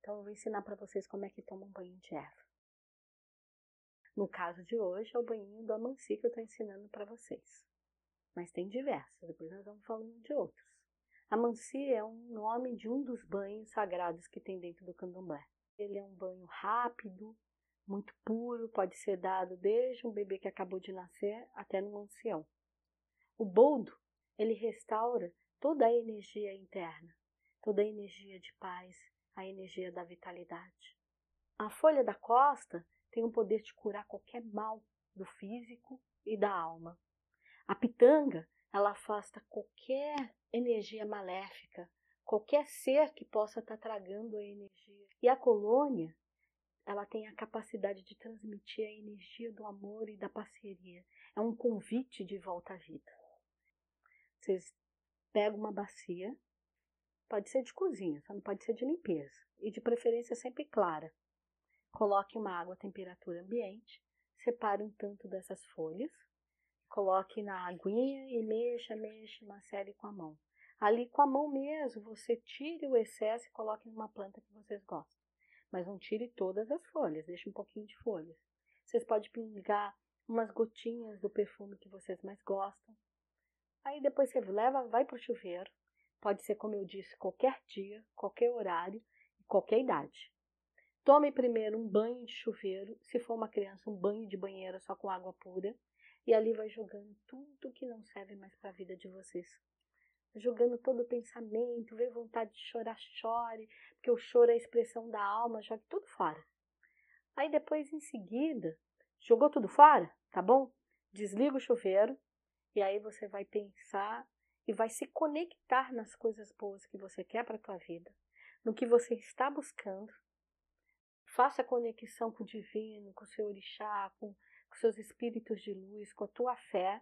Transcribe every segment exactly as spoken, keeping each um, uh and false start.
Então eu vou ensinar para vocês como é que toma um banho de erva. No caso de hoje é o banhinho do Amansi que eu estou ensinando para vocês. Mas tem diversos, depois nós vamos falando de outros. Amansi é um nome de um dos banhos sagrados que tem dentro do candomblé. Ele é um banho rápido, muito puro, pode ser dado desde um bebê que acabou de nascer até num ancião. O boldo, ele restaura toda a energia interna, toda a energia de paz, a energia da vitalidade. A folha da costa tem o poder de curar qualquer mal do físico e da alma. A pitanga, ela afasta qualquer energia maléfica, qualquer ser que possa estar tragando a energia. E a colônia, ela tem a capacidade de transmitir a energia do amor e da parceria. É um convite de volta à vida. Vocês pegam uma bacia, pode ser de cozinha, só não pode ser de limpeza. E de preferência sempre clara. Coloque uma água a temperatura ambiente, separe um tanto dessas folhas, coloque na aguinha e mexa, mexa, macere com a mão. Ali com a mão mesmo, você tire o excesso e coloque numa planta que vocês gostam. Mas não tire todas as folhas, deixe um pouquinho de folhas. Vocês podem pingar umas gotinhas do perfume que vocês mais gostam. Aí depois você leva, vai para o chuveiro. Pode ser, como eu disse, qualquer dia, qualquer horário e qualquer idade. Tome primeiro um banho de chuveiro, se for uma criança, um banho de banheira só com água pura. E ali vai jogando tudo que não serve mais para a vida de vocês. Jogando todo o pensamento, vê vontade de chorar, chore, porque o choro é a expressão da alma, jogue tudo fora. Aí depois, em seguida, jogou tudo fora, tá bom? Desliga o chuveiro e aí você vai pensar e vai se conectar nas coisas boas que você quer para a tua vida, no que você está buscando. Faça conexão com o divino, com o seu orixá, com, com seus espíritos de luz, com a tua fé.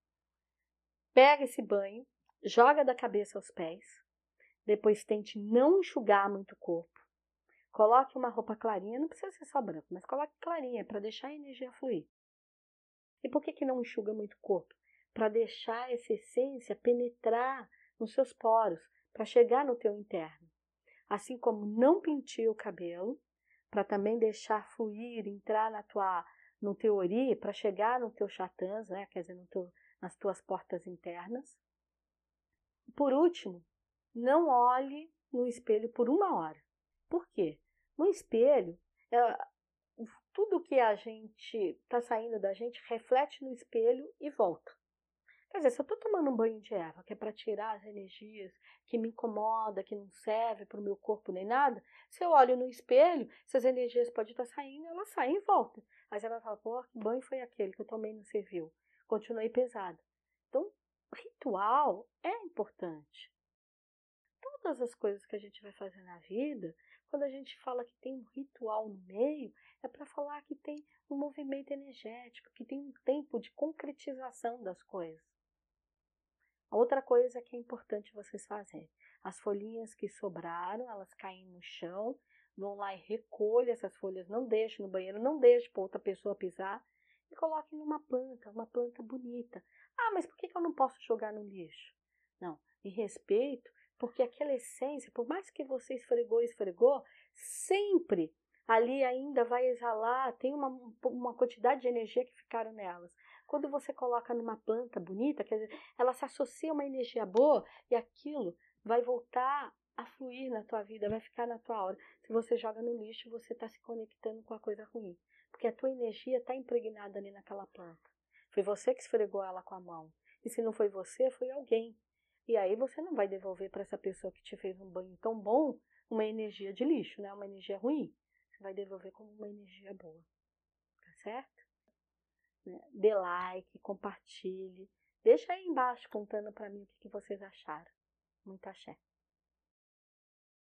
Pega esse banho, joga da cabeça aos pés. Depois tente não enxugar muito o corpo. Coloque uma roupa clarinha, não precisa ser só branco, mas coloque clarinha para deixar a energia fluir. E por que que não enxuga muito o corpo? Para deixar essa essência penetrar nos seus poros, para chegar no teu interno. Assim como não penteia o cabelo, para também deixar fluir, entrar na tua, no teu ori, para chegar no teu chatãs, né? Quer dizer, no teu, nas tuas portas internas. Por último, não olhe no espelho por uma hora. Por quê? No espelho, é, tudo que a gente está saindo da gente reflete no espelho e volta. Quer dizer, se eu estou tomando um banho de erva, que é para tirar as energias que me incomoda, que não serve para o meu corpo nem nada, se eu olho no espelho, essas energias podem estar saindo, elas saem e voltam. Mas ela fala, pô, que banho foi aquele que eu tomei não serviu? Continuei pesada. Então, ritual é importante. Todas as coisas que a gente vai fazer na vida, quando a gente fala que tem um ritual no meio, é para falar que tem um movimento energético, que tem um tempo de concretização das coisas. A outra coisa que é importante vocês fazerem, as folhinhas que sobraram, elas caem no chão, vão lá e recolhem essas folhas, não deixem no banheiro, não deixem para outra pessoa pisar, e coloquem numa planta, uma planta bonita. Ah, mas por que eu não posso jogar no lixo? Não, em respeito, porque aquela essência, por mais que você esfregou e esfregou, sempre ali ainda vai exalar, tem uma, uma quantidade de energia que ficaram nelas. Quando você coloca numa planta bonita, quer dizer, ela se associa a uma energia boa e aquilo vai voltar a fluir na tua vida, vai ficar na tua aura. Se você joga no lixo, você está se conectando com a coisa ruim, porque a tua energia está impregnada ali naquela planta. Foi você que esfregou ela com a mão. E se não foi você, foi alguém. E aí você não vai devolver para essa pessoa que te fez um banho tão bom uma energia de lixo, né? Uma energia ruim. Você vai devolver como uma energia boa. Tá certo? Dê like, compartilhe. Deixa aí embaixo contando para mim o que vocês acharam. Muito axé.